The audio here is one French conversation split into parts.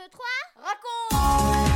2, 3, raconte.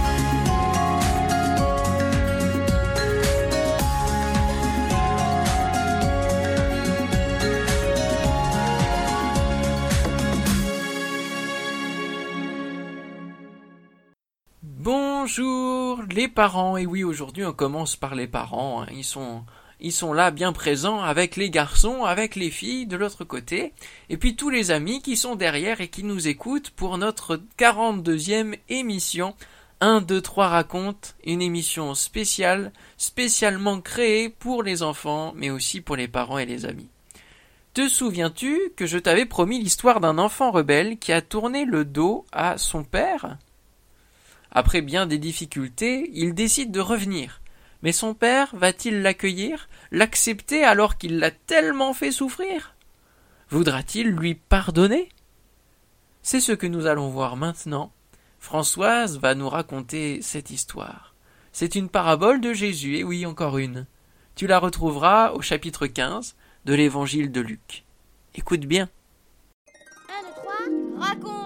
Bonjour les parents, et oui, aujourd'hui on commence par les parents, ils sont là bien présents avec les garçons, avec les filles de l'autre côté, et puis tous les amis qui sont derrière et qui nous écoutent pour notre 42e émission 1, 2, 3 raconte, une émission spéciale, spécialement créée pour les enfants, mais aussi pour les parents et les amis. Te souviens-tu que je t'avais promis l'histoire d'un enfant rebelle qui a tourné le dos à son père ? Après bien des difficultés, il décide de revenir. Mais son père va-t-il l'accueillir, l'accepter alors qu'il l'a tellement fait souffrir ? Voudra-t-il lui pardonner ? C'est ce que nous allons voir maintenant. Françoise va nous raconter cette histoire. C'est une parabole de Jésus, et oui, encore une. Tu la retrouveras au chapitre 15 de l'évangile de Luc. Écoute bien. 1, 2, 3, raconte.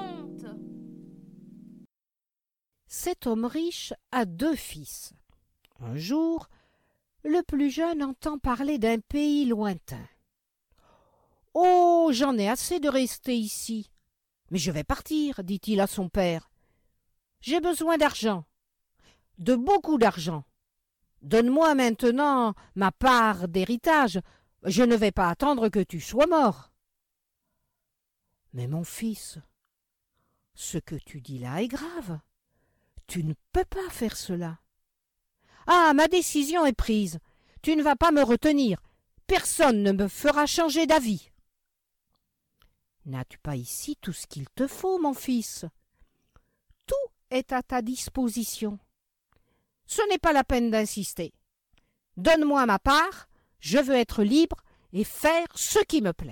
Cet homme riche a 2 fils. Un jour, le plus jeune entend parler d'un pays lointain. « Oh, j'en ai assez de rester ici. Mais je vais partir, dit-il à son père. J'ai besoin d'argent, de beaucoup d'argent. Donne-moi maintenant ma part d'héritage. Je ne vais pas attendre que tu sois mort. » « Mais mon fils, ce que tu dis là est grave. Tu ne peux pas faire cela. »« Ah, ma décision est prise. Tu ne vas pas me retenir. Personne ne me fera changer d'avis. »« N'as-tu pas ici tout ce qu'il te faut, mon fils ? Tout est à ta disposition. Ce n'est pas la peine d'insister. Donne-moi ma part, je veux être libre et faire ce qui me plaît. »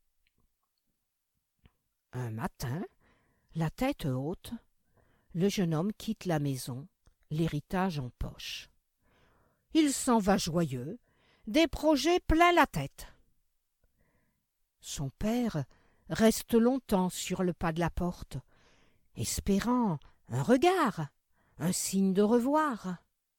Un matin, la tête haute, le jeune homme quitte la maison, l'héritage en poche. Il s'en va joyeux, des projets plein la tête. Son père reste longtemps sur le pas de la porte, espérant un regard, un signe de revoir.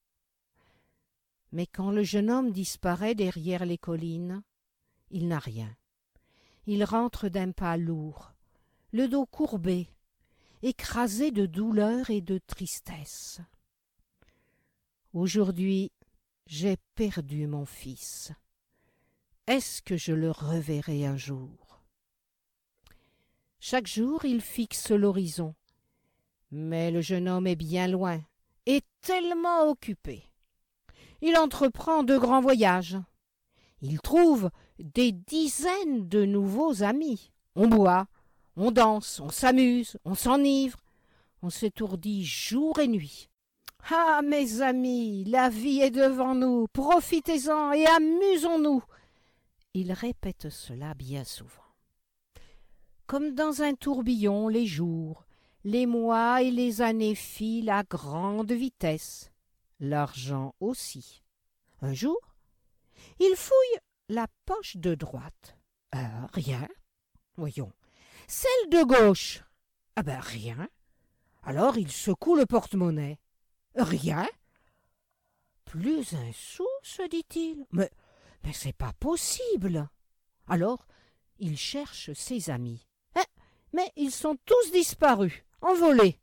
Mais quand le jeune homme disparaît derrière les collines, il n'a rien. Il rentre d'un pas lourd, le dos courbé, écrasé de douleur et de tristesse. Aujourd'hui, j'ai perdu mon fils. Est-ce que je le reverrai un jour ? Chaque jour, il fixe l'horizon. Mais le jeune homme est bien loin et tellement occupé. Il entreprend de grands voyages. Il trouve des dizaines de nouveaux amis. On boit, on danse, on s'amuse, on s'enivre, on s'étourdit jour et nuit. Ah, mes amis, la vie est devant nous, profitez-en et amusons-nous. Il répète cela bien souvent. Comme dans un tourbillon, les jours, les mois et les années filent à grande vitesse. L'argent aussi. Un jour, il fouille la poche de droite. Rien. Voyons. Celle de gauche. Rien. Alors il secoue le porte-monnaie. Rien. Plus un sou, se dit-il. Mais c'est pas possible. Alors il cherche ses amis. Mais ils sont tous disparus, envolés.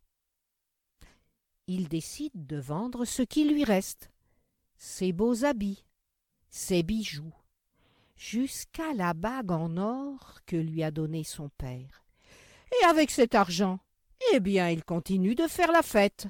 Il décide de vendre ce qui lui reste. Ses beaux habits, ses bijoux, jusqu'à la bague en or que lui a donnée son père. Et avec cet argent, il continue de faire la fête.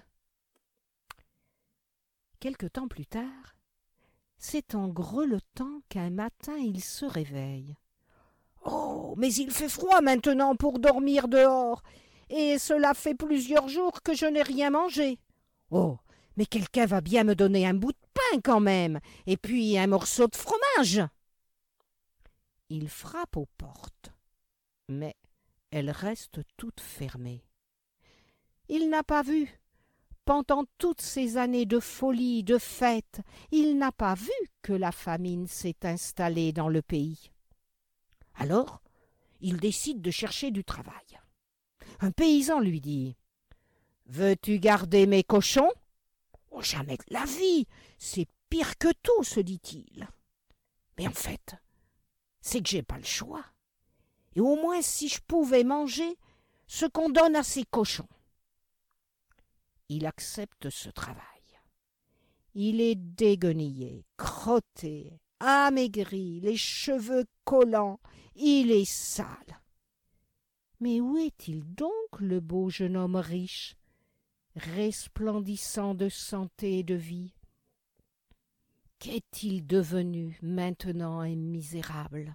Quelque temps plus tard, c'est en grelottant qu'un matin il se réveille. « Oh, mais il fait froid maintenant pour dormir dehors, et cela fait plusieurs jours que je n'ai rien mangé. Oh, mais quelqu'un va bien me donner un bout de pain quand même, et puis un morceau de fromage. » Il frappe aux portes, mais elles restent toutes fermées. Il n'a pas vu, pendant toutes ces années de folie, de fête, il n'a pas vu que la famine s'est installée dans le pays. Alors, il décide de chercher du travail. Un paysan lui dit Veux-tu garder mes cochons ? Oh, jamais de la vie, c'est pire que tout, se dit-il. Mais en fait, c'est que j'ai pas le choix. Et au moins si je pouvais manger ce qu'on donne à ces cochons. Il accepte ce travail. Il est déguenillé, crotté, amaigri, les cheveux collants, il est sale. Mais où est-il donc, le beau jeune homme riche, resplendissant de santé et de vie? Qu'est-il devenu maintenant et misérable?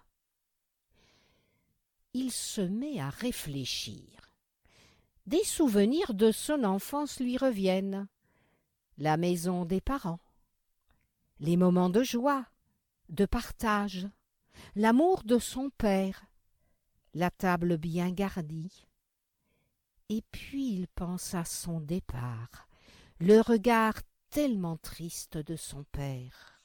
Il se met à réfléchir. Des souvenirs de son enfance lui reviennent. La maison des parents, les moments de joie, de partage, l'amour de son père, la table bien garnie. Et puis il pense à son départ, le regard tellement triste de son père.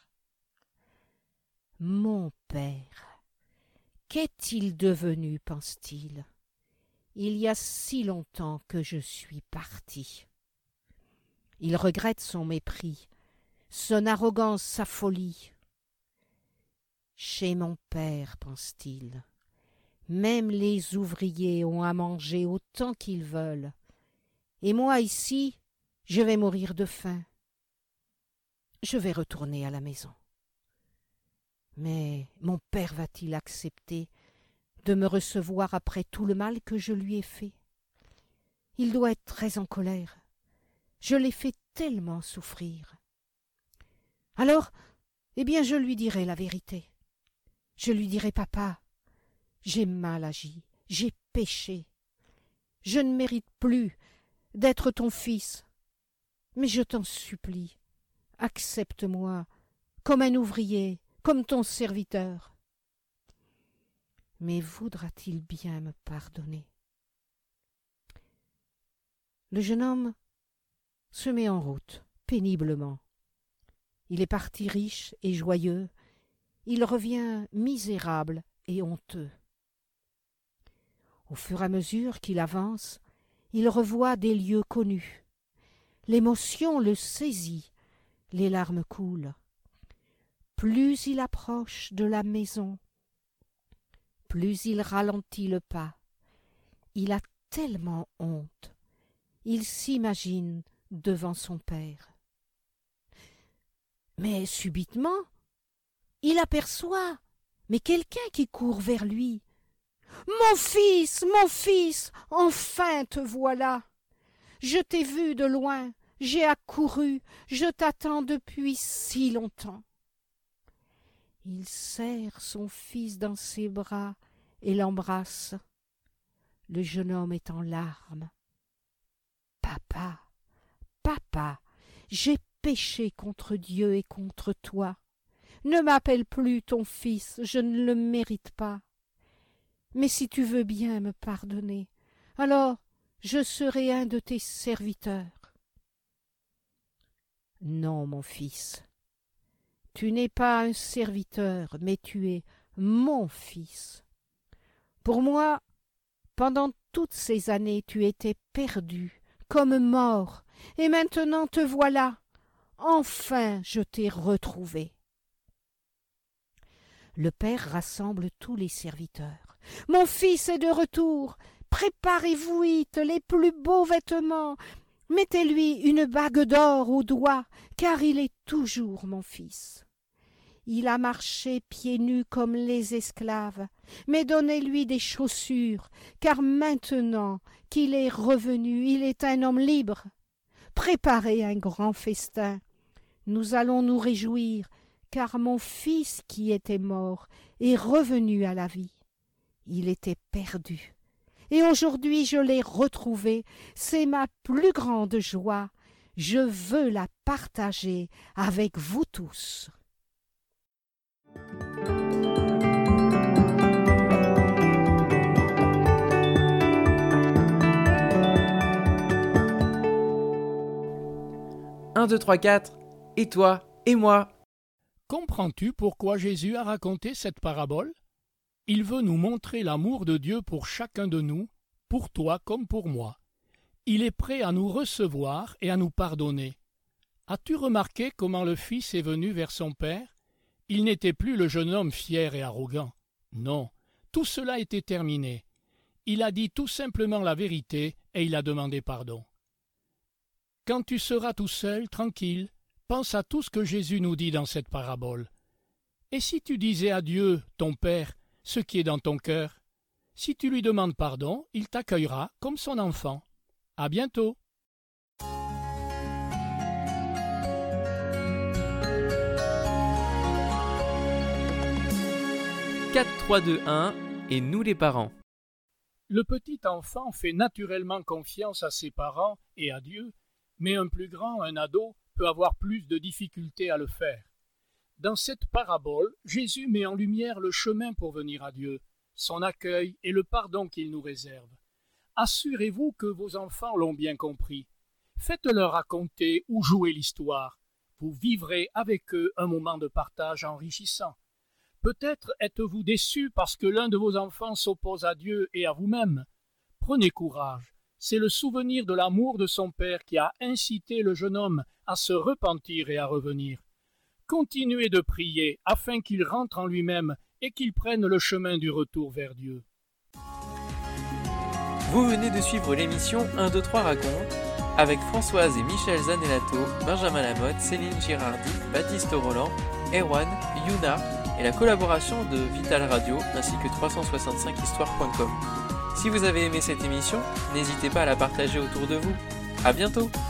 Mon père, qu'est-il devenu, pense-t-il? Il y a si longtemps que je suis parti. Il regrette son mépris, son arrogance, sa folie. Chez mon père, pense-t-il, même les ouvriers ont à manger autant qu'ils veulent. Et moi, ici, je vais mourir de faim. Je vais retourner à la maison. Mais mon père va-t-il accepter de me recevoir après tout le mal que je lui ai fait? Il doit être très en colère. Je l'ai fait tellement souffrir. Alors, je lui dirai la vérité. Je lui dirai, papa, j'ai mal agi, j'ai péché. Je ne mérite plus d'être ton fils. Mais je t'en supplie, accepte-moi comme un ouvrier, comme ton serviteur. Mais voudra-t-il bien me pardonner? Le jeune homme se met en route, péniblement. Il est parti riche et joyeux, il revient misérable et honteux. Au fur et à mesure qu'il avance, il revoit des lieux connus. L'émotion le saisit, les larmes coulent. Plus il approche de la maison, plus il ralentit le pas. Il a tellement honte. Il s'imagine devant son père. Mais subitement, il aperçoit quelqu'un qui court vers lui. « Mon fils, enfin te voilà. Je t'ai vu de loin, j'ai accouru, je t'attends depuis si longtemps. » Il serre son fils dans ses bras et l'embrasse. Le jeune homme est en larmes. « Papa, j'ai péché contre Dieu et contre toi. Ne m'appelle plus ton fils, je ne le mérite pas. Mais si tu veux bien me pardonner, alors je serai un de tes serviteurs. » « Non, mon fils, tu n'es pas un serviteur, mais tu es mon fils. Pour moi, pendant toutes ces années, tu étais perdu, comme mort, et maintenant te voilà. Enfin, je t'ai retrouvé. » Le père rassemble tous les serviteurs. « Mon fils est de retour. Préparez-vous vite les plus beaux vêtements. Mettez-lui une bague d'or au doigt, car il est toujours mon fils. Il a marché pieds nus comme les esclaves, mais donnez-lui des chaussures, car maintenant qu'il est revenu, il est un homme libre. Préparez un grand festin. Nous allons nous réjouir, car mon fils qui était mort est revenu à la vie. Il était perdu, et aujourd'hui je l'ai retrouvé. C'est ma plus grande joie. Je veux la partager avec vous tous. Un, deux, trois, quatre, et toi, et moi. Comprends-tu pourquoi Jésus a raconté cette parabole? Il veut nous montrer l'amour de Dieu pour chacun de nous, pour toi comme pour moi. Il est prêt à nous recevoir et à nous pardonner. As-tu remarqué comment le Fils est venu vers son Père? Il n'était plus le jeune homme fier et arrogant. Non, tout cela était terminé. Il a dit tout simplement la vérité et il a demandé pardon. Quand tu seras tout seul, tranquille, pense à tout ce que Jésus nous dit dans cette parabole. Et si tu disais à Dieu, ton Père, ce qui est dans ton cœur? Si tu lui demandes pardon, il t'accueillera comme son enfant. À bientôt. 4, 3, 2, 1 et nous les parents. Le petit enfant fait naturellement confiance à ses parents et à Dieu, mais un plus grand, un ado, peut avoir plus de difficultés à le faire. Dans cette parabole, Jésus met en lumière le chemin pour venir à Dieu, son accueil et le pardon qu'il nous réserve. Assurez-vous que vos enfants l'ont bien compris. Faites-leur raconter ou jouer l'histoire. Vous vivrez avec eux un moment de partage enrichissant. Peut-être êtes-vous déçus parce que l'un de vos enfants s'oppose à Dieu et à vous-même. Prenez courage. C'est le souvenir de l'amour de son père qui a incité le jeune homme à se repentir et à revenir. Continuez de prier afin qu'il rentre en lui-même et qu'il prenne le chemin du retour vers Dieu. Vous venez de suivre l'émission 1, 2, 3 raconte avec Françoise et Michel Zanellato, Benjamin Lamotte, Céline Girardi, Baptiste Roland, Erwan, Yuna et la collaboration de Vital Radio ainsi que 365histoire.com. Si vous avez aimé cette émission, n'hésitez pas à la partager autour de vous. À bientôt!